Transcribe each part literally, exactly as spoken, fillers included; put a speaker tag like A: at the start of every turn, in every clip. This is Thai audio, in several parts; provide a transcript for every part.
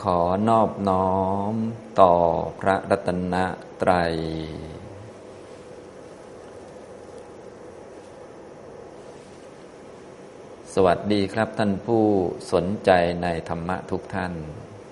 A: ขอนอบน้อมต่อพระรัตนตรัยสวัสดีครับท่านผู้สนใจในธรรมะทุกท่าน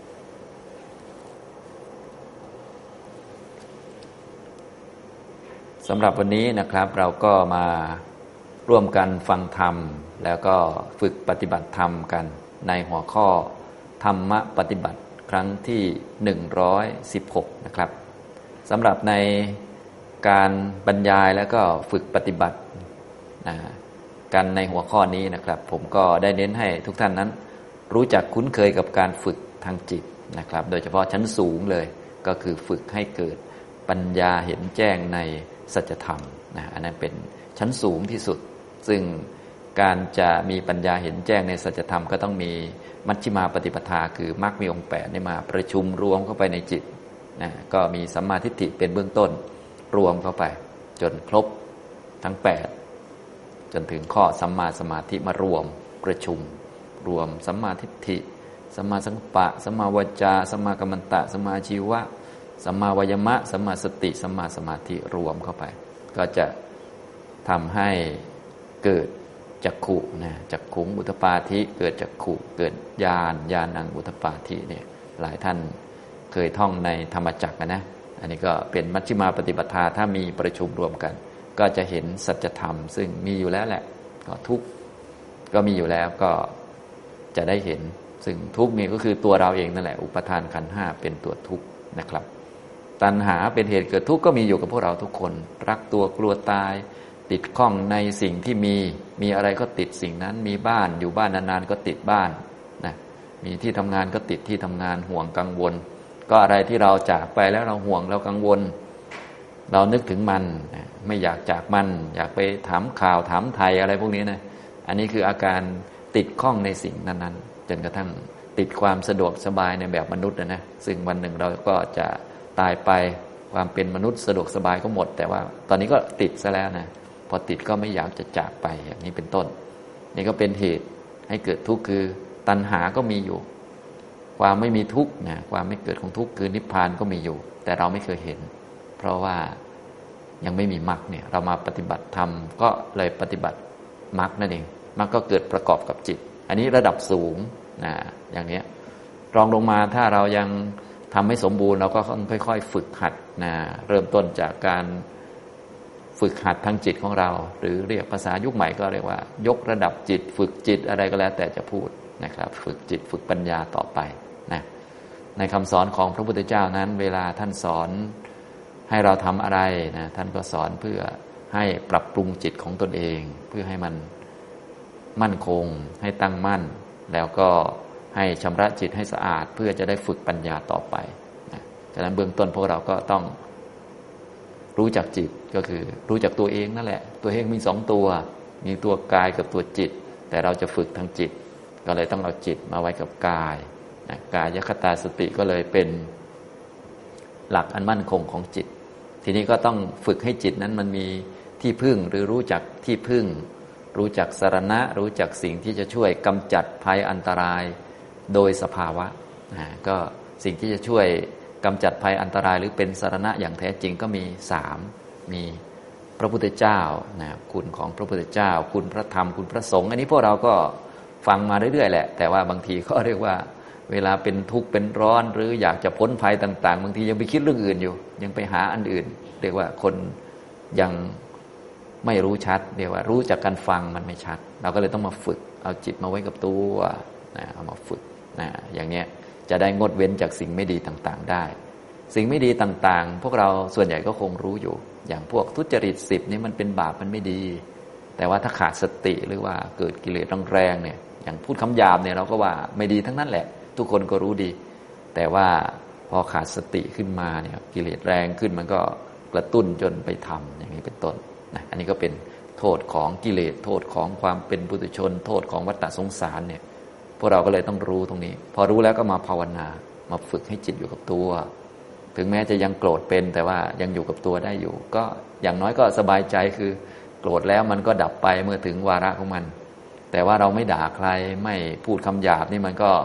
A: สำหรับวันนี้นะครับเราก็มาร่วมกันฟังธรรมแล้วก็ฝึกปฏิบัติธรรมกันในหัวข้อธรรมะปฏิบัติครั้งที่หนึ่งร้อยสิบหกนะครับสำหรับในการบรรยายแล้วก็ฝึกปฏิบัตินะกันในหัวข้อนี้นะครับผมก็ได้เน้นให้ทุกท่านนั้นรู้จักคุ้นเคยกับการฝึกทางจิตนะครับโดยเฉพาะชั้นสูงเลยก็คือฝึกให้เกิดปัญญาเห็นแจ้งในสัจธรรมนะอันนั้นเป็นชั้นสูงที่สุดซึ่งการจะมีปัญญาเห็นแจ้งในสัจธรรมก็ต้องมีมัชฌิมาปฏิปทาคือมรรคมีองค์แปดนี่มาประชุมรวมเข้าไปในจิตนะก็มีสัมมาทิฏฐิเป็นเบื้องต้นรวมเข้าไปจนครบทั้งแปดจนถึงข้อสัมมาสมาธิมารวมประชุมรวมสัมมาทิฏฐิสัมมาสังกัปปะสัมมาวาจาสัมมากัมมันตะสัมมาชีวะสัมมาวายามะสัมมาสติสัมมาสมาธิรวมเข้าไปก็จะทำให้เกิดจักขุนะจักขุงอุทปาธิเกิดจักขุเกิดญาณญาณังอุทปาธิเนี่ยหลายท่านเคยท่องในธรรมจักรนะอันนี้ก็เป็นมัชฌิมาปฏิปทาถ้ามีประชุมรวมกันก็จะเห็นสัจธรรมซึ่งมีอยู่แล้วแหละก็ทุกข์ก็มีอยู่แล้วก็จะได้เห็นซึ่งทุกข์นี่ก็คือตัวเราเองนั่นแหละอุปทานขันธ์ห้าเป็นตัวทุกข์นะครับตัณหาเป็นเหตุเกิดทุกข์ก็มีอยู่กับพวกเราทุกคนรักตัวกลัวตายติดข้องในสิ่งที่มีมีอะไรก็ติดสิ่งนั้นมีบ้านอยู่บ้านนานๆก็ติดบ้านนะมีที่ทำงานก็ติดที่ทำงานห่วงกังวลก็อะไรที่เราจากไปแล้วเราห่วงเรากังวลเรานึกถึงมันนะไม่อยากจากมันอยากไปถามข่าวถามไทยอะไรพวกนี้นะอันนี้คืออาการติดข้องในสิ่งนั้นๆจนกระทั่งติดความสะดวกสบายในแบบมนุษย์นะนะซึ่งวันหนึ่งเราก็จะตายไปความเป็นมนุษย์สะดวกสบายก็หมดแต่ว่าตอนนี้ก็ติดซะแล้วนะพอติดก็ไม่อยากจะจากไปอย่างนี้เป็นต้นนี่ก็เป็นเหตุให้เกิดทุกข์คือตัณหาก็มีอยู่ความไม่มีทุกข์นะความไม่เกิดของทุกข์คือนิพพานก็มีอยู่แต่เราไม่เคยเห็นเพราะว่ายังไม่มีมรรคเนี่ยเรามาปฏิบัติธรรมก็เลยปฏิบัติมรรคนั่นเองมรรคก็เกิดประกอบกับจิตอันนี้ระดับสูงนะอย่างนี้รองลงมาถ้าเรายังทำให้สมบูรณ์เราก็ค่อยๆฝึกหัดนะเริ่มต้นจากการฝึกหัดทางจิตของเราหรือเรียกภาษายุคใหม่ก็เรียกว่ายกระดับจิตฝึกจิตอะไรก็แล้วแต่จะพูดนะครับฝึกจิตฝึกปัญญาต่อไปนะในคำสอนของพระพุทธเจ้านั้นเวลาท่านสอนให้เราทำอะไรนะท่านก็สอนเพื่อให้ปรับปรุงจิตของตนเองเพื่อให้มันมั่นคงให้ตั้งมั่นแล้วก็ให้ชำระจิตให้สะอาดเพื่อจะได้ฝึกปัญญาต่อไปนะฉะนั้นเบื้องต้นพวกเราก็ต้องรู้จักจิตก็คือรู้จักตัวเองนั่นแหละตัวเองมีสองตัวมีตัวกายกับตัวจิตแต่เราจะฝึกทางจิตก็เลยต้องเอาจิตมาไว้กับกายนะกายคตาสติก็เลยเป็นหลักอันมั่นคงของจิตทีนี้ก็ต้องฝึกให้จิตนั้นมันมีที่พึ่งหรือรู้จักที่พึ่งรู้จักสรณะรู้จักสิ่งที่จะช่วยกำจัดภัยอันตรายโดยสภาวะนะก็สิ่งที่จะช่วยกำจัดภัยอันตรายหรือเป็นสรณะอย่างแท้จริงก็มีสามมีพระพุทธเจ้านะคุณของพระพุทธเจ้าคุณพระธรรมคุณพระสงฆ์อันนี้พวกเราก็ฟังมาเรื่อยๆแหละแต่ว่าบางทีก็เรียกว่าเวลาเป็นทุกข์เป็นร้อนหรืออยากจะพ้นภัยต่างๆบางทียังไปคิดเรื่องอื่นอยู่ยังไปหาอันอื่นเรียกว่าคนยังไม่รู้ชัดเรียกว่ารู้จากการฟังมันไม่ชัดเราก็เลยต้องมาฝึกเอาจิตมาไว้กับตัวนะเอามาฝึกนะอย่างเนี้ยจะได้งดเว้นจากสิ่งไม่ดีต่างๆได้สิ่งไม่ดีต่างๆพวกเราส่วนใหญ่ก็คงรู้อยู่อย่างพวกทุจริตสิบนี่มันเป็นบาปมันไม่ดีแต่ว่าถ้าขาดสติหรือว่าเกิดกิเลสแรงๆเนี่ยอย่างพูดคำหยาบเนี่ยเราก็ว่าไม่ดีทั้งนั้นแหละทุกคนก็รู้ดีแต่ว่าพอขาดสติขึ้นมาเนี่ยกิเลสแรงขึ้นมันก็กระตุ้นจนไปทำอย่างนี้เป็นต้นนะอันนี้ก็เป็นโทษของกิเลสโทษของความเป็นปุถุชนโทษของวัฏสงสารเนี่ยพวกเราก็เลยต้องรู้ตรงนี้พอรู้แล้วก็มาภาวนามาฝึกให้จิตอยู่กับตัวถึงแม้จะยังโกรธเป็นแต่ว่ายังอยู่กับตัวได้อยู่ก็อย่างน้อยก็สบายใจคือโกรธแล้วมันก็ดับไปเมื่อถึงวาระของมันแต่ว่าเราไม่ด่าใครไม่พูดคำหยาบนี่มันก็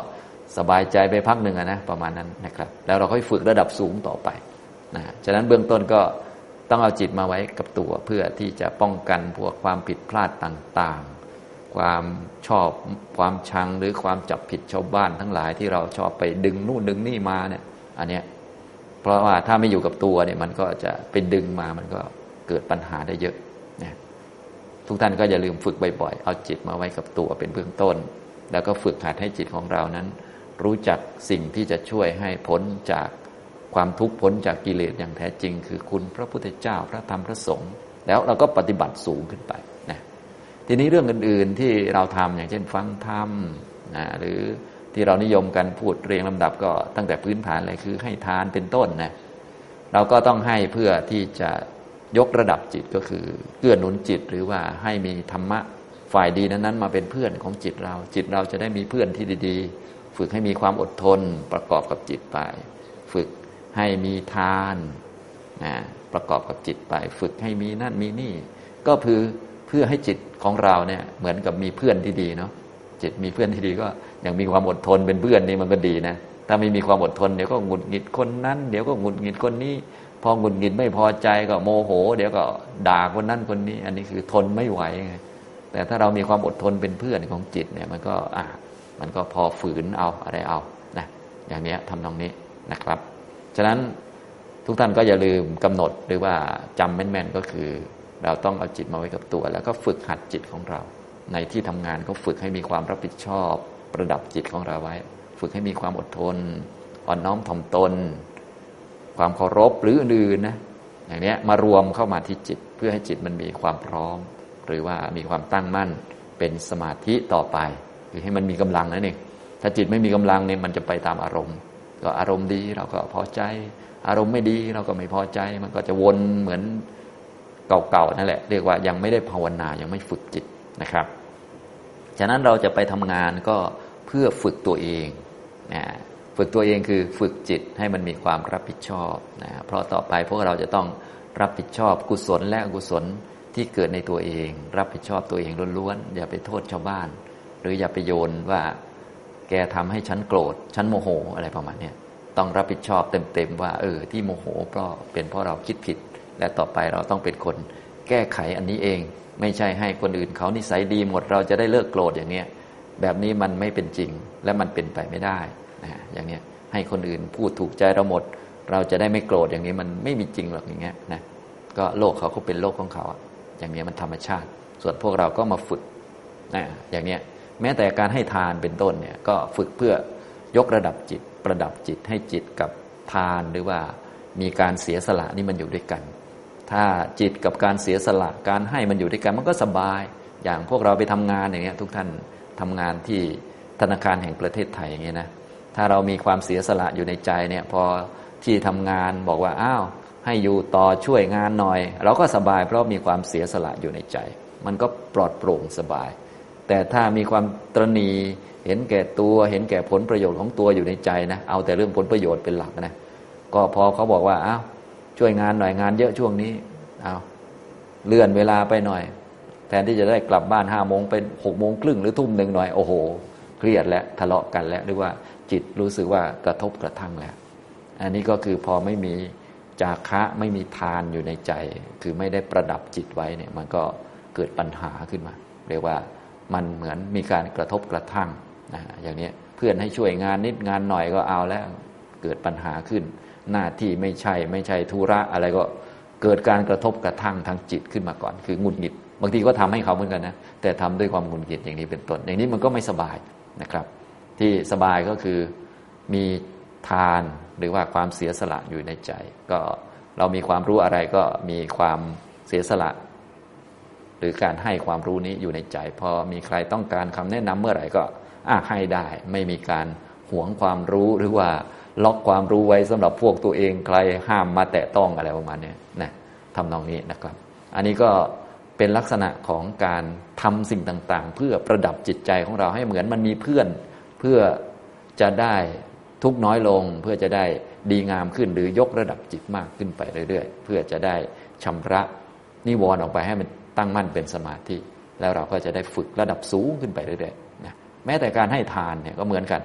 A: สบายใจไปพักหนึ่งนะประมาณนั้นนะครับแล้วเราค่อยฝึกระดับสูงต่อไปนะฉะนั้นเบื้องต้นก็ต้องเอาจิตมาไว้กับตัวเพื่อที่จะป้องกันพวกความผิดพลาดต่างๆความชอบความชังหรือความจับผิดชาวบ้านทั้งหลายที่เราชอบไปดึงนู่นดึงนี่มาเนี่ยอันเนี้ยเพราะว่าถ้าไม่อยู่กับตัวเนี่ยมันก็จะไปดึงมามันก็เกิดปัญหาได้เยอะนะทุกท่านก็อย่าลืมฝึกบ่อยๆเอาจิตมาไว้กับตัวเป็นเบื้องต้นแล้วก็ฝึกหัดให้จิตของเรานั้นรู้จักสิ่งที่จะช่วยให้พ้นจากความทุกข์พ้นจากกิเลสอย่างแท้จริงคือคุณพระพุทธเจ้าพระธรรมพระสงฆ์แล้วเราก็ปฏิบัติสูงขึ้นไปนะทีนี้เรื่องอื่นๆที่เราทำอย่างเช่นฟังธรรมนะหรือที่เรานิยมกันพูดเรียงลำดับก็ตั้งแต่พื้นฐานเลยคือให้ทานเป็นต้นนะเราก็ต้องให้เพื่อที่จะยกระดับจิตก็คือเกื้อหนุนจิตหรือว่าให้มีธรรมะฝ่ายดีนั้นๆมาเป็นเพื่อนของจิตเราจิตเราจะได้มีเพื่อนที่ดีๆฝึกให้มีความอดทนประกอบกับจิตไปฝึกให้มีทานนะประกอบกับจิตไปฝึกให้มีนั่นมีนี่ก็คือเพื่อให้จิตของเราเนี่ยเหมือนกับมีเพื่อนที่ดีเนาะจิตมีเพื่อนที่ดีก็อย่างมีความอดทนเป็นเพื่อนนี่มันก็ดีนะถ้าไม่มีความอดทนเดี๋ยวก็หงุดหงิดคนนั้นเดี๋ยวก็หงุดหงิดคนนี้พอหงุดหงิดไม่พอใจก็โมโหเดี๋ยวก็ด่าคนนั้นคนนี้อันนี้คือทนไม่ไหวไงแต่ถ้าเรามีความอดทนเป็นเพื่อนของจิตเนี่ยมันก็อ่ะมันก็พอฝืนเอาอะไรเอานะอย่างนี้ทำตรงนี้นะครับฉะนั้นทุกท่านก็อย่าลืมกำหนดหรือว่าจำแม่นๆก็คือเราต้องเอาจิตมาไว้กับตัวแล้วก็ฝึกหัดจิตของเราในที่ทำงานก็ฝึกให้มีความรับผิดชอบประดับจิตของเราไว้ฝึกให้มีความอดทนอ่อนน้อมถ่อมตนความเคารพหรืออื่นๆนะอย่างนี้มารวมเข้ามาที่จิตเพื่อให้จิตมันมีความพร้อมหรือว่ามีความตั้งมั่นเป็นสมาธิต่อไปคือให้มันมีกำลังนั่นเองถ้าจิตไม่มีกำลังเนี่ยมันจะไปตามอารมณ์ก็อารมณ์ดีเราก็พอใจอารมณ์ไม่ดีเราก็ไม่พอใจมันก็จะวนเหมือนเก่าๆนั่นแหละเรียกว่ายังไม่ได้ภาวนายังไม่ฝึกจิตนะครับฉะนั้นเราจะไปทำงานก็เพื่อฝึกตัวเองนะฝึกตัวเองคือฝึกจิตให้มันมีความรับผิดชอบนะเพราะต่อไปพวกเราจะต้องรับผิดชอบกุศลและอกุศลที่เกิดในตัวเองรับผิดชอบตัวเองล้วนๆอย่าไปโทษชาวบ้านหรืออย่าไปโยนว่าแกทำให้ฉันโกรธฉันโมโหอะไรประมาณนี้ต้องรับผิดชอบเต็มๆว่าเออที่โมโหเพราะเป็นเพราะเราคิดผิดและต่อไปเราต้องเป็นคนแก้ไขอันนี้เองไม่ใช่ให้คนอื่นเขานิสัยดีหมดเราจะได้เลิกโกรธอย่างเนี้ยแบบนี้มันไม่เป็นจริงและมันเป็นไปไม่ได้นะอย่างเนี้ยให้คนอื่นพูดถูกใจเราหมดเราจะได้ไม่โกรธอย่างนี้มันไม่มีจริงหรอกอย่างเงี้ยนะก็โลกเขาก็เป็นโลกของเขาอย่างนี้มันธรรมชาติส่วนพวกเราก็มาฝึกนะอย่างเนี้ยแม้แต่การให้ทานเป็นต้นเนี่ยก็ฝึกเพื่อยกระดับจิตประดับจิตให้จิตกับทานหรือว่ามีการเสียสละนี่มันอยู่ด้วยกันถ้าจิตกับการเสียสละการให้มันอยู่ด้วยกันมันก็สบายอย่างพวกเราไปทำงานอย่างเงี้ยทุกท่านทำงานที่ธนาคารแห่งประเทศไทยอย่างเงี้ยนะถ้าเรามีความเสียสละอยู่ในใจเนี่ยพอที่ทำงานบอกว่าอ้าวให้อยู่ต่อช่วยงานหน่อยเราก็สบายเพราะมีความเสียสละอยู่ในใจมันก็ปลอดโปร่งสบายแต่ถ้ามีความตระหนี่เห็นแก่ตัวเห็นแก่ผลประโยชน์ของตัวอยู่ในใจนะเอาแต่เรื่องผลประโยชน์เป็นหลักนะก็พอเขาบอกว่าอ้าวช่วยงานหน่อยงานเยอะช่วงนี้เอาเลื่อนเวลาไปหน่อยแทนที่จะได้กลับบ้านห้าโมงเป็นหกโมงครึ่งหรือทุ่มหนึ่งหน่อยโอ้โหเครียดแล้วทะเลาะกันแล้วหรือว่าจิตรู้สึกว่ากระทบกระทั่งแล้วอันนี้ก็คือพอไม่มีจาคะไม่มีทานอยู่ในใจคือไม่ได้ประดับจิตไว้เนี่ยมันก็เกิดปัญหาขึ้นมาเรียกว่ามันเหมือนมีการกระทบกระทั่งนะอย่างนี้เพื่อนให้ช่วยงานนิดงานหน่อยก็เอาแล้วเกิดปัญหาขึ้นหน้าที่ไม่ใช่ไม่ใช่ธุระอะไรก็เกิดการกระทบกระทั่งทางจิตขึ้นมาก่อนคือหงุดหงิดบางทีก็ทำให้เขาเหมือนกันนะแต่ทำด้วยความหงุดหงิดอย่างนี้เป็นต้นอย่างนี้มันก็ไม่สบายนะครับที่สบายก็คือมีทานหรือว่าความเสียสละอยู่ในใจก็เรามีความรู้อะไรก็มีความเสียสละหรือการให้ความรู้นี้อยู่ในใจพอมีใครต้องการคำแนะนำเมื่อไหร่ก็อ่ะให้ได้ไม่มีการหวงความรู้หรือว่าล็อกความรู้ไว้สำหรับพวกตัวเองใครห้ามมาแตะต้องอะไรประมาณนี้นะทำนองนี้นะครับอันนี้ก็เป็นลักษณะของการทำสิ่งต่างๆเพื่อประดับจิตใจของเราให้เหมือนมันมีเพื่อนเพื่อจะได้ทุกข์น้อยลงเพื่อจะได้ดีงามขึ้นหรือยกระดับจิตมากขึ้นไปเรื่อยๆเพื่อจะได้ชำระนิวรณ์ออกไปให้มันตั้งมั่นเป็นสมาธิแล้วเราก็จะได้ฝึกระดับสูงขึ้นไปเรื่อยๆนะแม้แต่การให้ทานเนี่ยก็เหมือนกัน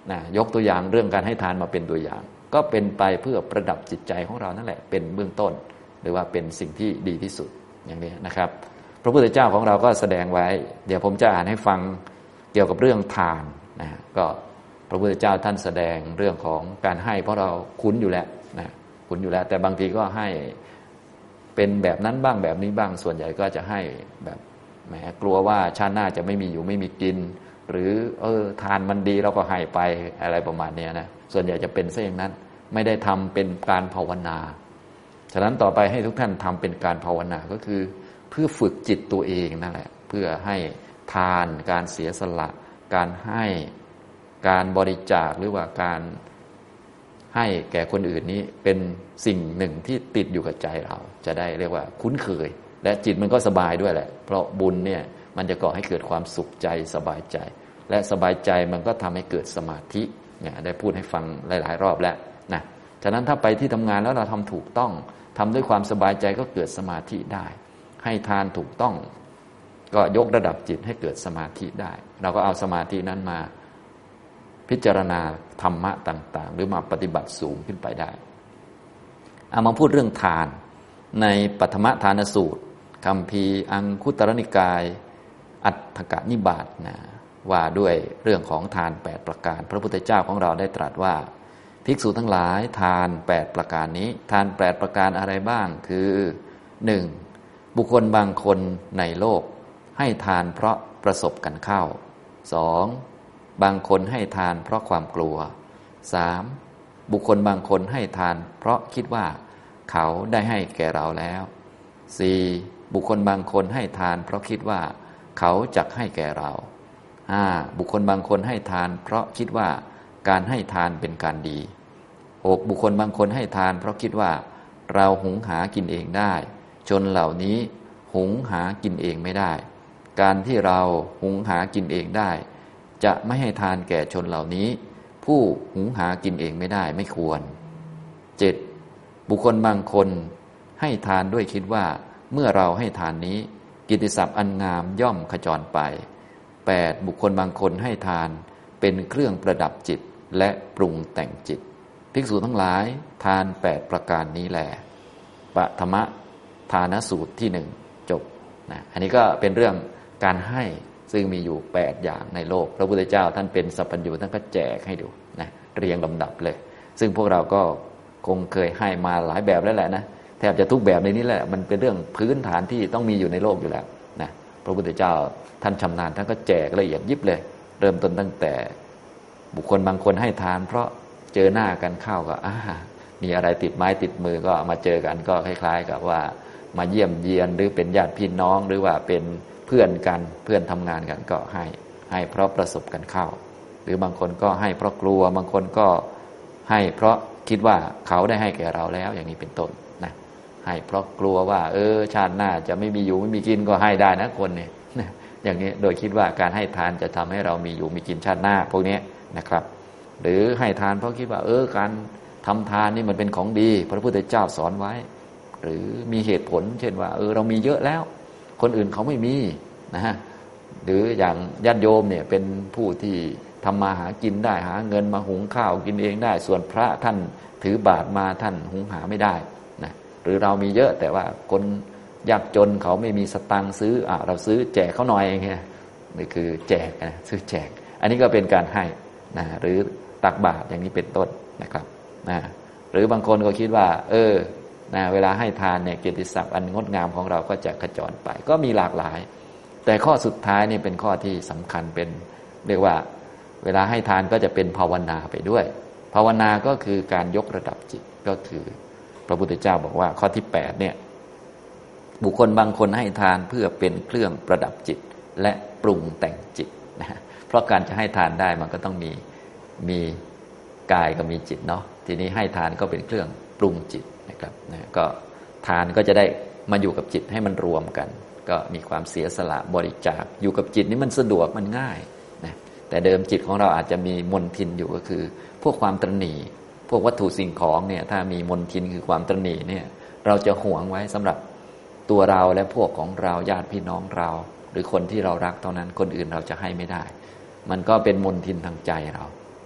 A: นะยกตัวอย่างเรื่องการให้ทานมาเป็นตัวอย่างก็เป็นไปเพื่อประดับจิตใจของเรานั่นแหละเป็นเบื้องต้นหรือว่าเป็นสิ่งที่ดีที่สุดอย่างนี้นะครับพระพุทธเจ้าของเราก็แสดงไว้เดี๋ยวผมจะอ่านให้ฟังเกี่ยวกับเรื่องทานนะก็พระพุทธเจ้าท่านแสดงเรื่องของการให้เพราะเราคุ้นอยู่แล้วนะคุ้นอยู่แล้วแต่บางทีก็ให้เป็นแบบนั้นบ้างแบบนี้บ้างส่วนใหญ่ก็จะให้แบบแหมกลัวว่าชาติหน้าจะไม่มีอยู่ไม่มีกินหรือเออทานมันดีเราก็ให้ไปอะไรประมาณนี้นะส่วนใหญ่จะเป็นซะอย่างนั้นไม่ได้ทำเป็นการภาวนาฉะนั้นต่อไปให้ทุกท่านทำเป็นการภาวนาก็คือเพื่อฝึกจิตตัวเองนั่นแหละเพื่อให้ทานการเสียสละการให้การบริจาคหรือว่าการให้แก่คนอื่นนี้เป็นสิ่งหนึ่งที่ติดอยู่กับใจเราจะได้เรียกว่าคุ้นเคยและจิตมันก็สบายด้วยแหละเพราะบุญเนี่ยมันจะก่อให้เกิดความสุขใจสบายใจและสบายใจมันก็ทำให้เกิดสมาธิเนี่ยได้พูดให้ฟังหลายๆรอบแล้วนะฉะนั้นถ้าไปที่ทำงานแล้วเราทำถูกต้องทำด้วยความสบายใจก็เกิดสมาธิได้ให้ทานถูกต้องก็ยกระดับจิตให้เกิดสมาธิได้เราก็เอาสมาธินั้นมาพิจารณาธรรมะต่างๆหรือมาปฏิบัติสูงขึ้นไปได้เอามาพูดเรื่องทานในปฐมทานสูตรคัมภีร์อังคุตรนิกายอัฏฐกนิบาตนะว่าด้วยเรื่องของทานแปดประการพระพุทธเจ้าของเราได้ตรัสว่าภิกษุทั้งหลายทานแปดประการนี้ทานแปดประการอะไรบ้างคือหนึ่งบุคคลบางคนในโลกให้ทานเพราะประสบกันเข้าสองบางคนให้ทานเพราะความกลัวสามบุคคลบางคนให้ทานเพราะคิดว่าเขาได้ให้แก่เราแล้วสี่บุคคลบางคนให้ทานเพราะคิดว่าเขาจักให้แก่เราห้าบุคคลบางคนให้ทานเพราะคิดว่าการให้ทานเป็นการดีหกบุคคลบางคนให้ทานเพราะคิดว่าเราหุงหากินเองได้ชนเหล่านี้หุงหากินเองไม่ได้การที่เราหุงหากินเองได้จะไม่ให้ทานแก่ชนเหล่านี้ผู้หุงหากินเองไม่ได้ไม่ควรเจ็ดบุคคลบางคนให้ทานด้วยคิดว่าเมื่อเราให้ทานนี้กิตติศัพท์อันงามย่อมขจรไปแปดบุคคลบางคนให้ทานเป็นเครื่องประดับจิตและปรุงแต่งจิตภิกษุทั้งหลายทานแปดประการนี้แลปฐมทานสูตรที่หนึ่งจบนะอันนี้ก็เป็นเรื่องการให้ซึ่งมีอยู่แปดอย่างในโลกพระพุทธเจ้าท่านเป็นสัพพัญญูท่านก็แจกให้ดูนะเรียงลำดับเลยซึ่งพวกเราก็คงเคยให้มาหลายแบบแล้วแหละนะแทบจะทุกแบบในนี้แหละมันเป็นเรื่องพื้นฐานที่ต้องมีอยู่ในโลกอยู่แล้วนะพระพุทธเจ้าท่านชำนาญท่านก็แจกละเอียดยิบเลยเริ่มต้นตั้งแต่บุคคลบางคนให้ทานเพราะเจอหน้ากันเข้าก็อ่ามีอะไรติดไม้ติดมือก็มาเจอกันก็คล้ายๆกับว่ามาเยี่ยมเยียนหรือเป็นญาติพี่น้องหรือว่าเป็นเพื่อนกันเพื่อนทำงานกันก็ให้ให้เพราะประสบกันเข้าหรือบางคนก็ให้เพราะกลัวบางคนก็ให้เพราะคิดว่าเขาได้ให้แก่เราแล้วอย่างนี้เป็นต้นนะให้เพราะกลัวว่าเออชาติหน้าจะไม่มีอยู่ไม่มีกินก็ให้ได้นะคนเนี่ยอย่างนี้โดยคิดว่าการให้ทานจะทำให้เรามีอยู่มีกินชาติหน้าพวกนี้นะครับหรือให้ทานเพราะคิดว่าเออการทำทานนี่มันเป็นของดีพระพุทธเจ้าสอนไว้หรือมีเหตุผลเช่นว่าเออเรามีเยอะแล้วคนอื่นเขาไม่มีนะฮะหรืออย่างญาติโยมเนี่ยเป็นผู้ที่ทำมาหากินได้หาเงินมาหุงข้าวกินเองได้ส่วนพระท่านถือบาตรมาท่านหุงหาไม่ได้นะหรือเรามีเยอะแต่ว่าคนยากจนเขาไม่มีสตังค์ซื้ออ่ะเราซื้อแจกเขาหน่อยเองนี่นี่คือแจกนะซื้อแจกอันนี้ก็เป็นการให้นะหรือตักบาตรอย่างนี้เป็นต้นนะครับนะหรือบางคนก็คิดว่าเออนะเวลาให้ทานเนี่ยเกียรติศักดิ์อันงดงามของเราก็จะขจรไปก็มีหลากหลายแต่ข้อสุดท้ายนี่เป็นข้อที่สำคัญเป็นเรียกว่าเวลาให้ทานก็จะเป็นภาวนาไปด้วยภาวนาก็คือการยกระดับจิตก็คือพระพุทธเจ้าบอกว่าข้อที่แปดเนี่ยบุคคลบางคนให้ทานเพื่อเป็นเครื่องประดับจิตและปรุงแต่งจิตนะเพราะการจะให้ทานได้มันก็ต้องมีมีกายกับมีจิตเนาะทีนี้ให้ทานก็เป็นเครื่องปรุงจิตนะครับนะก็ทานก็จะได้มาอยู่กับจิตให้มันรวมกันก็มีความเสียสละบริจาคอยู่กับจิตนี่มันสะดวกมันง่ายนะแต่เดิมจิตของเราอาจจะมีมลทินอยู่ก็คือพวกความตระหนี่พวกวัตถุสิ่งของเนี่ยถ้ามีมลทินคือความตระหนี่เนี่ยเราจะหวงไว้สำหรับตัวเราและพวกของเราญาติพี่น้องเราหรือคนที่เรารักเท่านั้นคนอื่นเราจะให้ไม่ได้มันก็เป็นมลทินทางใจเรา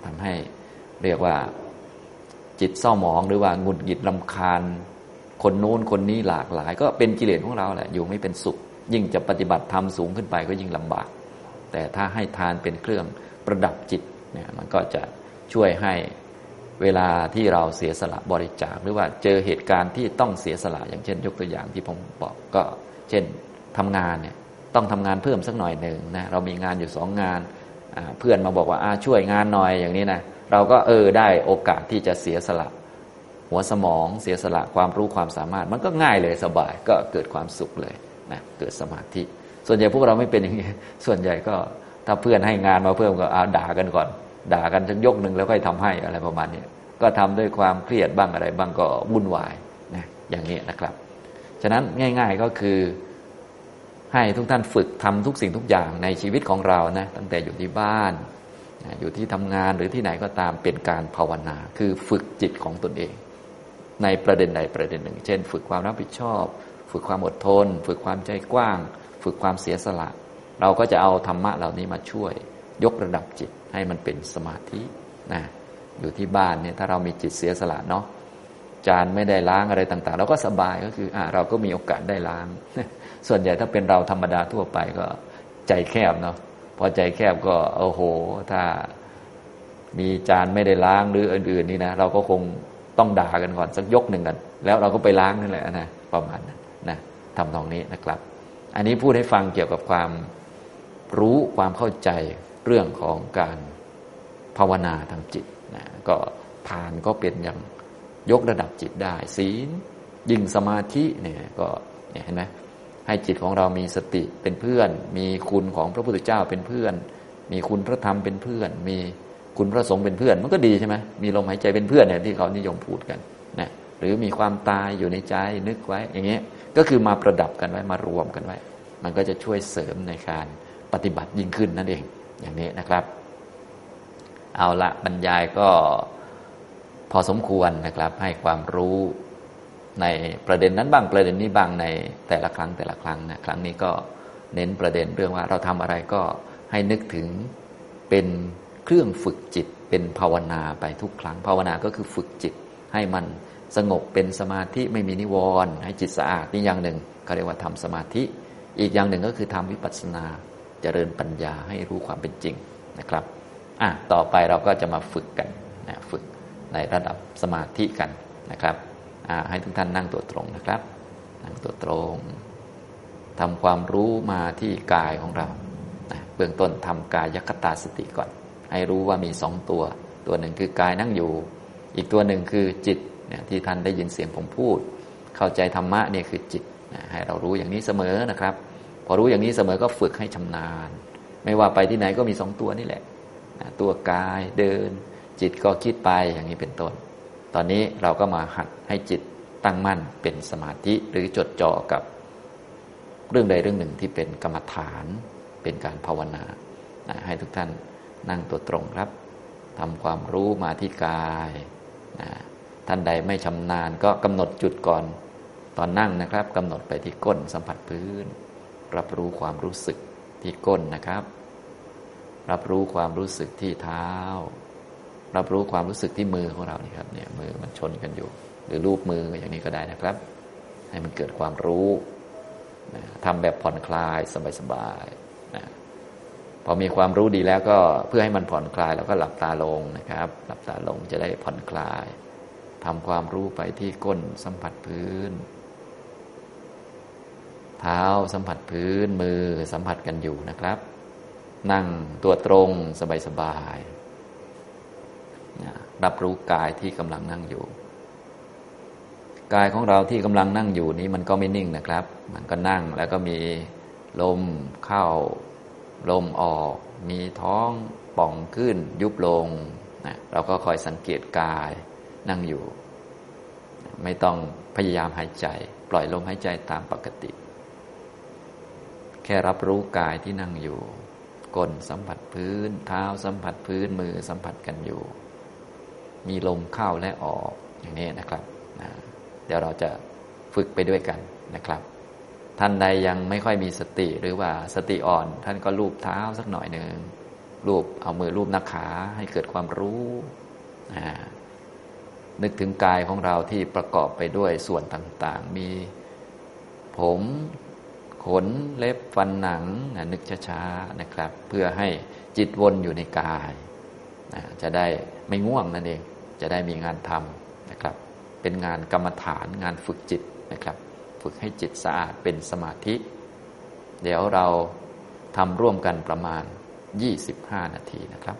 A: ทำให้เรียกว่าจิตเศร้าหมองหรือว่าหงุดหงิดรำคาญคนโน้นคนนี้หลากหลายก็เป็นกิเลสของเราแหละอยู่ไม่เป็นสุขยิ่งจะปฏิบัติธรรมสูงขึ้นไปก็ยิ่งลำบากแต่ถ้าให้ทานเป็นเครื่องประดับจิตเนี่ยมันก็จะช่วยให้เวลาที่เราเสียสละบริจาคหรือว่าเจอเหตุการณ์ที่ต้องเสียสละอย่างเช่นยกตัวอย่างที่ผมบอกก็เช่นทำงานเนี่ยต้องทำงานเพิ่มสักหน่อยหนึ่งนะเรามีงานอยู่สองงานเพื่อนมาบอกว่าช่วยงานหน่อยอย่างนี้นะเราก็เออได้โอกาสที่จะเสียสละหัวสมองเสียสละความรู้ความสามารถมันก็ง่ายเลยสบายก็เกิดความสุขเลยนะเกิดสมาธิส่วนใหญ่พวกเราไม่เป็นอย่างนี้ส่วนใหญ่ก็ถ้าเพื่อนให้งานมาเพิ่มก็เอาด่ากันก่อนด่ากันสักยกหนึ่งแล้วค่อยทำให้อะไรประมาณนี้ก็ทำด้วยความเครียดบ้างอะไรบ้างก็วุ่นวายนะอย่างนี้นะครับฉะนั้นง่ายๆก็คือให้ทุกท่านฝึกทำทุกสิ่งทุกอย่างในชีวิตของเรานะตั้งแต่อยู่ที่บ้านอยู่ที่ทำงานหรือที่ไหนก็ตามเป็นการภาวนาคือฝึกจิตของตนเองในประเด็นใดประเด็นหนึ่งเช่นฝึกความรับผิดชอบฝึกความอดทนฝึกความใจกว้างฝึกความเสียสละเราก็จะเอาธรรมะเหล่านี้มาช่วยยกระดับจิตให้มันเป็นสมาธินะอยู่ที่บ้านเนี่ยถ้าเรามีจิตเสียสละเนาะจานไม่ได้ล้างอะไรต่างๆเราก็สบายก็คืออ่าเราก็มีโอกาสได้ล้างส่วนใหญ่ถ้าเป็นเราธรรมดาทั่วไปก็ใจแคบเนาะพอใจแคบก็โอ้โหถ้ามีจานไม่ได้ล้างหรืออื่นๆนี่นะเราก็คงต้องด่ากันก่อนสักยกหนึ่งกันแล้วเราก็ไปล้างนั่นแหละนะประมาณนั้นนะทำตรงนี้นะครับอันนี้พูดให้ฟังเกี่ยวกับความรู้ความเข้าใจเรื่องของการภาวนาทางจิตนะก็ทานก็เป็นอย่างยกระดับจิตได้ศีลยิ่งสมาธิเนี่ยก็เนี่ยเห็นไหมให้จิตของเรามีสติเป็นเพื่อนมีคุณของพระพุทธเจ้าเป็นเพื่อนมีคุณพระธรรมเป็นเพื่อนมีคุณพระสงฆ์เป็นเพื่อนมันก็ดีใช่ไหมมีลมหายใจเป็นเพื่อนเนี่ยที่เขานิยมพูดกันนะหรือมีความตายอยู่ในใจนึกไว้อย่างเงี้ยก็คือมาประดับกันไว้มารวมกันไว้มันก็จะช่วยเสริมในการปฏิบัติยิ่งขึ้นนั่นเองอย่างนี้นะครับเอาละบรรยายก็พอสมควรนะครับให้ความรู้ในประเด็นนั้นบ้างประเด็นนี้บ้างในแต่ละครั้งแต่ละครั้งนะครั้งนี้ก็เน้นประเด็นเรื่องว่าเราทำอะไรก็ให้นึกถึงเป็นเครื่องฝึกจิตเป็นภาวนาไปทุกครั้งภาวนาก็คือฝึกจิตให้มันสงบเป็นสมาธิไม่มีนิวรณ์ให้จิตสะอาดนี่อย่างหนึ่งเขาเรียกว่าทำสมาธิอีกอย่างหนึ่งก็คือทำวิปัสสนาเจริญปัญญาให้รู้ความเป็นจริงนะครับอ่ะต่อไปเราก็จะมาฝึกกันนะฝึกในระดับสมาธิกันนะครับอ่ะให้ทุกท่านนั่งตัวตรงนะครับนั่งตัวตรงทำความรู้มาที่กายของเรานะเบื้องต้นทำกายคตาสติก่อนให้รู้ว่ามีสองตัวตัวหนึ่งคือกายนั่งอยู่อีกตัวหนึ่งคือจิตเนี่ยที่ท่านได้ยินเสียงผมพูดเข้าใจธรรมะเนี่ยคือจิตนะให้เรารู้อย่างนี้เสมอนะครับพอรู้อย่างนี้เสมอก็ฝึกให้ชำนาญไม่ว่าไปที่ไหนก็มีสองตัวนี่แหละนะตัวกายเดินจิตก็คิดไปอย่างนี้เป็นต้นตอนนี้เราก็มาหัดให้จิตตั้งมั่นเป็นสมาธิหรือจดจ่อกับเรื่องใดเรื่องหนึ่งที่เป็นกรรมฐานเป็นการภาวนานะให้ทุกท่านนั่งตัวตรงครับทำความรู้มาที่กายนะท่านใดไม่ชำนาญก็กำหนดจุดก่อนตอนนั่งนะครับกำหนดไปที่ก้นสัมผัสพื้นรับรู้ความรู้สึกที่ก้นนะครับรับรู้ความรู้สึกที่เท้ารับรู้ความรู้สึกที่มือของเรานี่ครับเนี่ยมือมันชนกันอยู่หรือรูปมืออย่างนี้ก็ได้นะครับให้มันเกิดความรู้นะทำแบบผ่อนคลายสบายๆนะพอมีความรู้ดีแล้วก็เพื่อให้มันผ่อนคลายเราก็หลับตาลงนะครับหลับตาลงจะได้ผ่อนคลายทำความรู้ไปที่ก้นสัมผัสพื้นเท้าสัมผัสพื้นมือสัมผัสกันอยู่นะครับนั่งตัวตรงสบายๆรับรู้กายที่กำลังนั่งอยู่กายของเราที่กำลังนั่งอยู่นี้มันก็ไม่นิ่งนะครับมันก็นั่งแล้วก็มีลมเข้าลมออกมีท้องป่องขึ้นยุบลงนะเราก็คอยสังเกตกายนั่งอยู่ไม่ต้องพยายามหายใจปล่อยลมหายใจตามปกติแค่รับรู้กายที่นั่งอยู่ก้นสัมผัสพื้นเท้าสัมผัสพื้นมือสัมผัสกันอยู่มีลมเข้าและออกอย่างนี้นะครับนะเดี๋ยวเราจะฝึกไปด้วยกันนะครับท่านใดยังไม่ค่อยมีสติหรือว่าสติอ่อนท่านก็ลูบเท้าสักหน่อยหนึ่งรูปเอามือรูปหน้าขาให้เกิดความรู้นึกถึงกายของเราที่ประกอบไปด้วยส่วนต่างๆมีผมขนเล็บฟันหนังนึกช้าๆนะครับเพื่อให้จิตวนอยู่ในกายจะได้ไม่ง่วงนั่นเองจะได้มีงานทำนะครับเป็นงานกรรมฐานงานฝึกจิตนะครับฝึกให้จิตสะอาดเป็นสมาธิเดี๋ยวเราทำร่วมกันประมาณยี่สิบห้านาทีนะครับ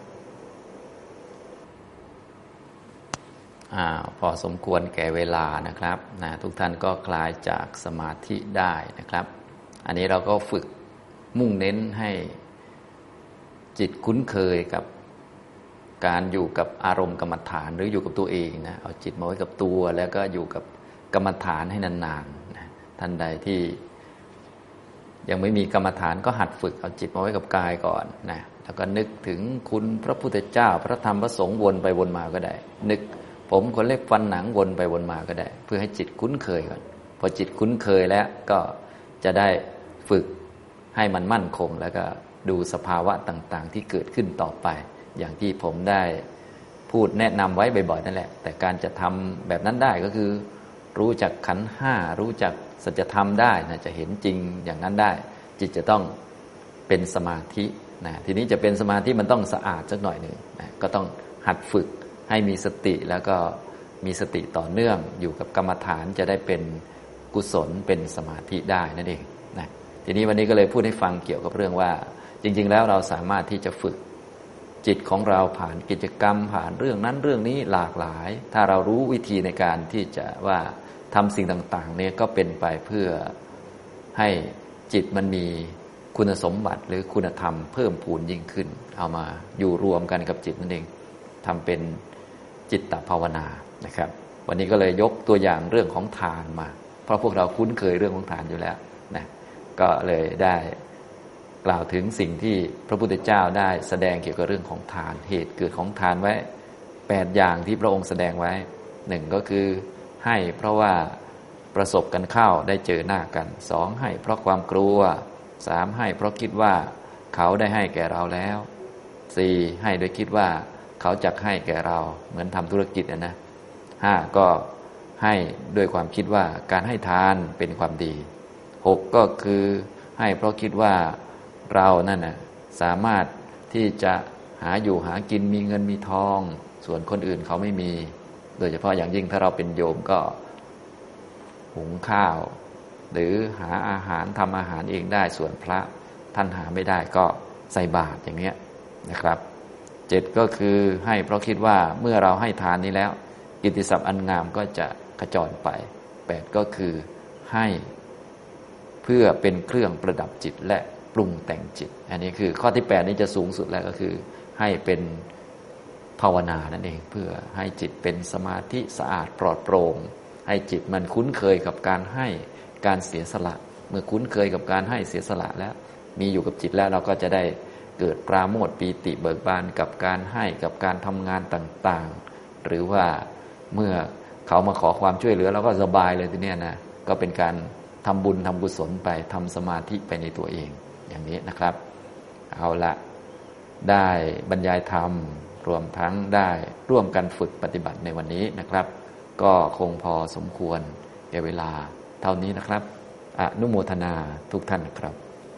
A: อ่าพอสมควรแก่เวลานะครับนะทุกท่านก็คลายจากสมาธิได้นะครับอันนี้เราก็ฝึกมุ่งเน้นให้จิตคุ้นเคยกับการอยู่กับอารมณ์กรรมฐานหรืออยู่กับตัวเองนะเอาจิตมาไว้กับตัวแล้วก็อยู่กับกรรมฐานให้นานๆนะท่านใดที่ยังไม่มีกรรมฐานก็หัดฝึกเอาจิตมาไว้กับกายก่อนนะแล้วก็นึกถึงคุณพระพุทธเจ้าพระธรรมพระสงฆ์วนไปวนมาก็ได้นึกผมขนเล็บฟันหนังวนไปวนมาก็ได้เพื่อให้จิตคุ้นเคยก่อนพอจิตคุ้นเคยแล้วก็จะได้ฝึกให้มันมั่นคงแล้วก็ดูสภาวะต่างๆที่เกิดขึ้นต่อไปอย่างที่ผมได้พูดแนะนำไว้บ่อยๆนั่นแหละแต่การจะทำแบบนั้นได้ก็คือรู้จักขันธ์ห้ารู้จักสัจธรรมได้นะจะเห็นจริงอย่างนั้นได้จิตจะต้องเป็นสมาธินะทีนี้จะเป็นสมาธิมันต้องสะอาดสักหน่อยหนึ่งนะก็ต้องหัดฝึกให้มีสติแล้วก็มีสติต่อเนื่องอยู่กับกรรมฐานจะได้เป็นกุศลเป็นสมาธิได้นั่นเองนะทีนี้วันนี้ก็เลยพูดให้ฟังเกี่ยวกับเรื่องว่าจริงๆแล้วเราสามารถที่จะฝึกจิตของเราผ่านกิจกรรมผ่านเรื่องนั้นเรื่องนี้หลากหลายถ้าเรารู้วิธีในการที่จะว่าทำสิ่งต่างๆเนี่ยก็เป็นไปเพื่อให้จิตมันมีคุณสมบัติหรือคุณธรรมเพิ่มพูนยิ่งขึ้นเอามาอยู่รวมกันกับจิตนั่นเองทำเป็นจิตตภาวนานะครับวันนี้ก็เลยยกตัวอย่างเรื่องของทานมาเพราะพวกเราคุ้นเคยเรื่องของทานอยู่แล้วนะก็เลยได้กล่าวถึงสิ่งที่พระพุทธเจ้าได้แสดงเกี่ยวกับเรื่องของทานเหตุเกิดของทานไว้แปดอย่างที่พระองค์แสดงไว้หนึ่งก็คือให้เพราะว่าประสบกันเข้าได้เจอหน้ากันสองให้เพราะความกลัวสามให้เพราะคิดว่าเขาได้ให้แก่เราแล้วสี่ให้โดยคิดว่าเขาจะให้แก่เราเหมือนทำธุรกิจนะห้าก็ให้ด้วยความคิดว่าการให้ทานเป็นความดีหกก็คือให้เพราะคิดว่าเรานั่นน่ะสามารถที่จะหาอยู่หากินมีเงินมีทองส่วนคนอื่นเขาไม่มีโดยเฉพาะอย่างยิ่งถ้าเราเป็นโยมก็หุงข้าวหรือหาอาหารทำอาหารเองได้ส่วนพระท่านหาไม่ได้ก็ใส่บาตรอย่างนี้นะครับเจ็ดก็คือให้เพราะคิดว่าเมื่อเราให้ทานนี้แล้วกิตติศัพท์อันงามก็จะขจรไปแปดก็คือให้เพื่อเป็นเครื่องประดับจิตและปรุงแต่งจิตอันนี้คือข้อที่แปดนี้จะสูงสุดแล้วก็คือให้เป็นภาวนานั่นเองเพื่อให้จิตเป็นสมาธิสะอาดปลอดโปร่งให้จิตมันคุ้นเคยกับการให้การเสียสละเมื่อคุ้นเคยกับการให้เสียสละแล้วมีอยู่กับจิตแล้วเราก็จะได้เกิดปราโมทย์ปีติเบิกบานกับการให้กับการทำงานต่างๆหรือว่าเมื่อเขามาขอความช่วยเหลือเราก็สบายเลยทีเนี้ยนะก็เป็นการทำบุญทำกุศลไปทำสมาธิไปในตัวเองอย่างนี้นะครับเอาละได้บรรยายธรรมรวมทั้งได้ร่วมกันฝึกปฏิบัติในวันนี้นะครับก็คงพอสมควรแก่เวลาเท่านี้นะครับอนุโมทนาทุกท่านครับ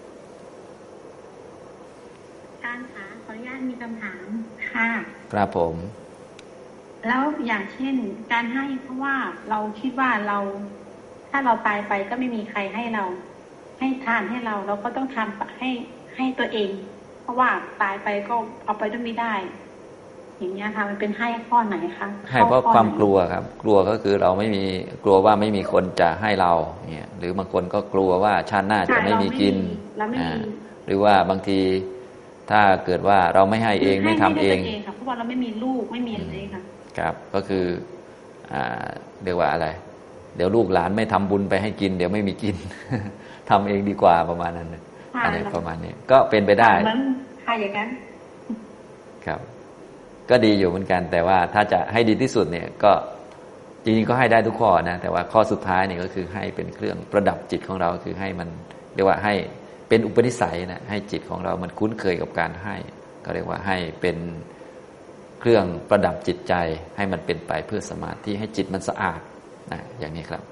B: อาจารย์คะขออนุญาตมีคำถามค่ะ
A: ครับผม
B: แล้วอย่างเช่นการให้เพราะว่าเราคิดว่าเราถ้าเราตายไปก็ไม่มีใครให้เราให้ทานให้เราเราก็ต้องทำให้ให้ตัวเองเพราะว่าตายไปก็เอาไปด้วยไม่ได้อย่างนี้ค่ะมันเป็นให้ข้อไหนคะ
A: ให้เพราะความกลัวครับกลัวก็คือเราไม่มีกลัวว่าไม่มีคนจะให้เราเนี่ยหรือบางคนก็กลัวว่าชาติหน้าจะไม่มีกินหรือว่าบางทีถ้าเกิดว่าเราไม่ให้เองไม่ทำเอง
B: เพราะว่าเราไม่มีลูกไม่มีอะไรค่ะ
A: ครับก็คืออ่าเรียกว่าอะไรเดี๋ยวลูกหลานไม่ทำบุญไปให้กินเดี๋ยวไม่มีกินทำเองดีกว่าประมาณนั้นอันนี้ประมาณนี้ก็เป็นไปได้
B: เหมือนใครอย่างนั้น
A: ครับก็ดีอยู่เหมือนกันแต่ว่าถ้าจะให้ดีที่สุดเนี่ยก็จริงๆก็ให้ได้ทุกข้อนะแต่ว่าข้อสุดท้ายเนี่ยก็คือให้เป็นเครื่องประดับจิตของเราคือให้มันเรียกว่าให้เป็นอุปนิสัยนะให้จิตของเรามันคุ้นเคยกับการให้ก็เรียกว่าให้เป็นเครื่องประดับจิตใจให้มันเป็นไปเพื่อสมาธิให้จิตมันสะอาดนะอย่างนี้ครับ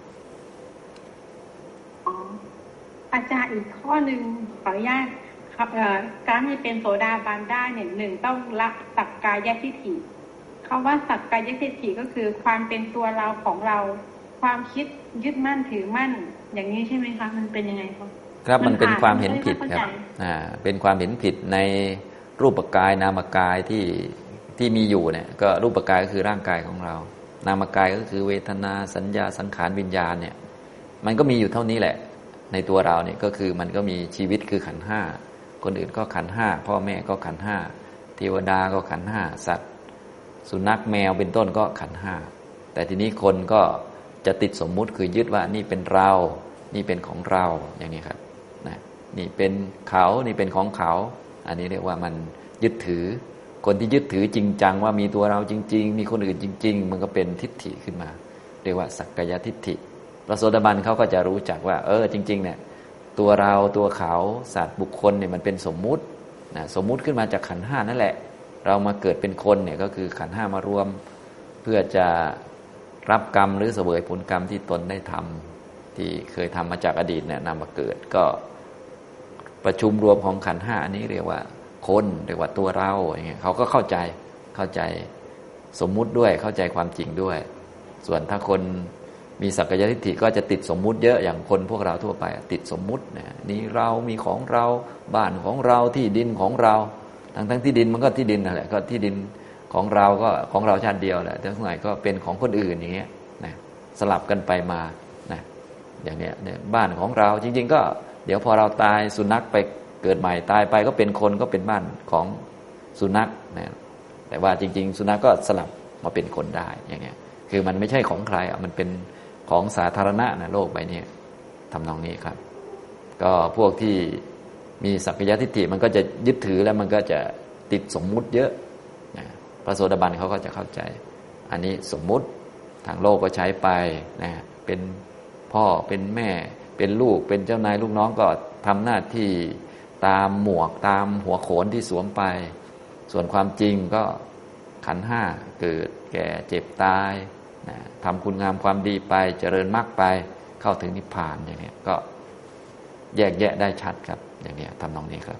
B: อ๋ออาจารย์อีกข้อหนึ่งขออนุญาตครับการให้เป็นโสดาบันได้เนี่ยหนึ่งต้องละสักกายทิฏฐิคำว่าสักกายทิฏฐิก็คือความเป็นตัวเราของเราความคิดยึดมั่นถือมั่นอย่างนี้ใช่ไหมคะมันเป็นยังไงคะ
A: ครับมันเป็นความเห็นผิดครับอ่าเป็นความเห็นผิดในรูปกายนามกายที่ที่มีอยู่เนี่ยก็รูปกายก็คือร่างกายของเรานามกายก็คือเวทนาสัญญาสังขารวิญญาณเนี่ยมันก็มีอยู่เท่านี้แหละในตัวเราเนี่ยก็คือมันก็มีชีวิตคือขันธ์ห้าคนอื่นก็ขันธ์ห้าพ่อแม่ก็ขันธ์ห้าเทวดาก็ขันธ์ห้าสัตว์สุนัขแมวเป็นต้นก็ขันธ์ห้าแต่ทีนี้คนก็จะติดสมมุติคือยึดว่านี่เป็นเรานี่เป็นของเราอย่างนี้ครับนะนี่เป็นเขานี่เป็นของเขาอันนี้เรียกว่ามันยึดถือคนที่ยึดถือจริงจังว่ามีตัวเราจริงๆมีคนอื่นจริงๆมันก็เป็นทิฏฐิขึ้นมาเรียกว่าสักกายทิฏฐิพระโสดาบันเขาก็จะรู้จักว่าเออจริงๆเนี่ยตัวเราตัวเขาสัตว์บุคคลเนี่ยมันเป็นสมมุตินะสมมุติขึ้นมาจากขันธ์ห้านั่นแหละเรามาเกิดเป็นคนเนี่ยก็คือขันธ์ห้ามารวมเพื่อจะรับกรรมหรือเสวยผลกรรมที่ตนได้ทำที่เคยทำมาจากอดีตเนี่ยนำมาเกิดก็ประชุมรวมของขันธ์ห้าอันนี้เรียกว่าคนเรียกว่าตัวเราอย่างเงี้ยเขาก็เข้าใจเข้าใจสมมุติด้วยเข้าใจความจริงด้วยส่วนถ้าคนมีสักกายทิฏฐิก็จะติดสมมุติเยอะอย่างคนพวกเราทั่วไปติดสมมุติเนี่ยนี่เรามีของเราบ้านของเราที่ดินของเราทั้งทั้งที่ดินมันก็ที่ดินนั่นแหละก็ที่ดินของเราก็ของเราชาติเดียวแหละแต่ทั้งหลายก็เป็นของคนอื่นอย่างเงี้ยนะสลับกันไปมานะอย่างเนี้ยเนี่ยบ้านของเราจริงๆก็เดี๋ยวพอเราตายสุนัขไปเกิดใหม่ตายไปก็เป็นคนก็เป็นบ้านของสุนัขนะแต่ว่าจริงๆสุนัขก็สลับมาเป็นคนได้อย่างเงี้ยคือมันไม่ใช่ของใครอ่ะมันเป็นของสาธารณะนะโลกใบนี้ทำนองนี้ครับก็พวกที่มีสักกายทิฏฐิมันก็จะยึดถือแล้วมันก็จะติดสมมุติเยอะนะพระโสดาบันเขาก็จะเข้าใจอันนี้สมมุติทางโลกก็ใช้ไปนะเป็นพ่อเป็นแม่เป็นลูกเป็นเจ้านายลูกน้องก็ทำหน้าที่ตามหมวกตามหัวโขนที่สวมไปส่วนความจริงก็ขันธ์ห้าเกิดแก่เจ็บตายนะทำคุณงามความดีไปเจริญมรรคไปเข้าถึงนิพพานอย่างนี้ก็แยกแยะได้ชัดครับอย่างนี้ทำนองนี้ครับ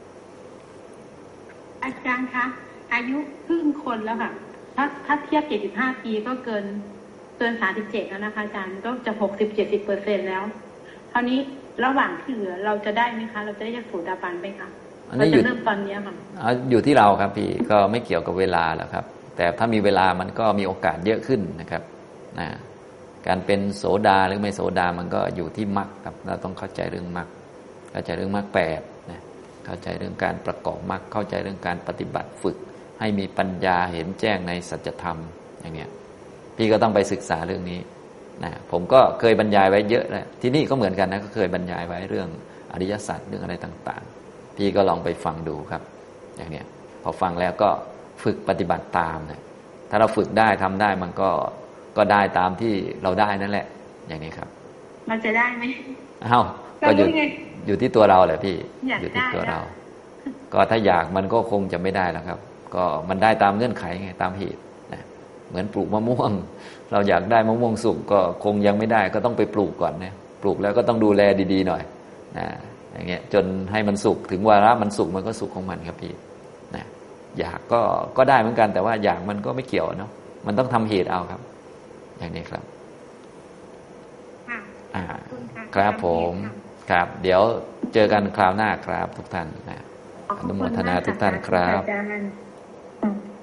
B: อาจารย์คะอายุครึ่งคนแล้วค่ะถ้าถ้าเทียบเจ็ดสิบห้าปีก็เกินเกินสามสิบเจ็ดแล้วนะคะอาจารย์ก็จะหกสิบเจ็ดสิบเปอร์เซ็นต์แล้วคราวนี้ระหว่างที่เหลือเราจะได้ไหมคะเราจะได้จากโสดาบันไหมคะ
A: อันนี้อยู่
B: เริ่มตอนนี้ค่ะ
A: อยู่ที่เราครับพี่ก็ไม่เกี่ยวกับเวลาแล้วครับแต่ถ้ามีเวลามันก็มีโอกาสเยอะขึ้นนะครับนะการเป็นโสดาหรือไม่โสดามันก็อยู่ที่มรรคครับเราต้องเข้าใจเรื่องมรรคเข้าใจเรื่องมรรคแปดนะเข้าใจเรื่องการประกอบมรรคเข้าใจเรื่องการปฏิบัติฝึกให้มีปัญญาเห็นแจ้งในสัจธรรมอย่างเงี้ยพี่ก็ต้องไปศึกษาเรื่องนี้นะผมก็เคยบรรยายไว้เยอะแล้วที่นี่ก็เหมือนกันนะก็เคยบรรยายไว้เรื่องอริยสัจเรื่องอะไรต่างๆพี่ก็ลองไปฟังดูครับอย่างเนี้ยพอฟังแล้วก็ฝึกปฏิบัติตามนะถ้าเราฝึกได้ทำได้มันก็ก็ได้ตามที่เราได้นั่นแหละอย่างนี้ครับ
B: มันจะได้ไหม
A: อ้าวก็อยู่อยู่ที่ตัวเราแหละพี่อยู่ที่ตัวเราก็ถ้าอยากมันก็คงจะไม่ได้แล้วครับก็มันได้ตามเงื่อนไขไงตามเหตุนะเหมือนปลูกมะม่วงเราอยากได้มะม่วงสุกก็คงยังไม่ได้ก็ต้องไปปลูกก่อนนะปลูกแล้วก็ต้องดูแลดีๆหน่อยนะอย่างเงี้ยจนให้มันสุกถึงวาระมันสุกมันก็สุกของมันครับพี่นะอยากก็ก็ได้เหมือนกันแต่ว่าอยากมันก็ไม่เกี่ยวเนาะมันต้องทำเหตุเอาครับอย่างนี้ครับอ่าครับผมครับเดี๋ยวเจอกันคราวหน้าครับทุกท่านนะอนุโมทนาทุกท่านครับ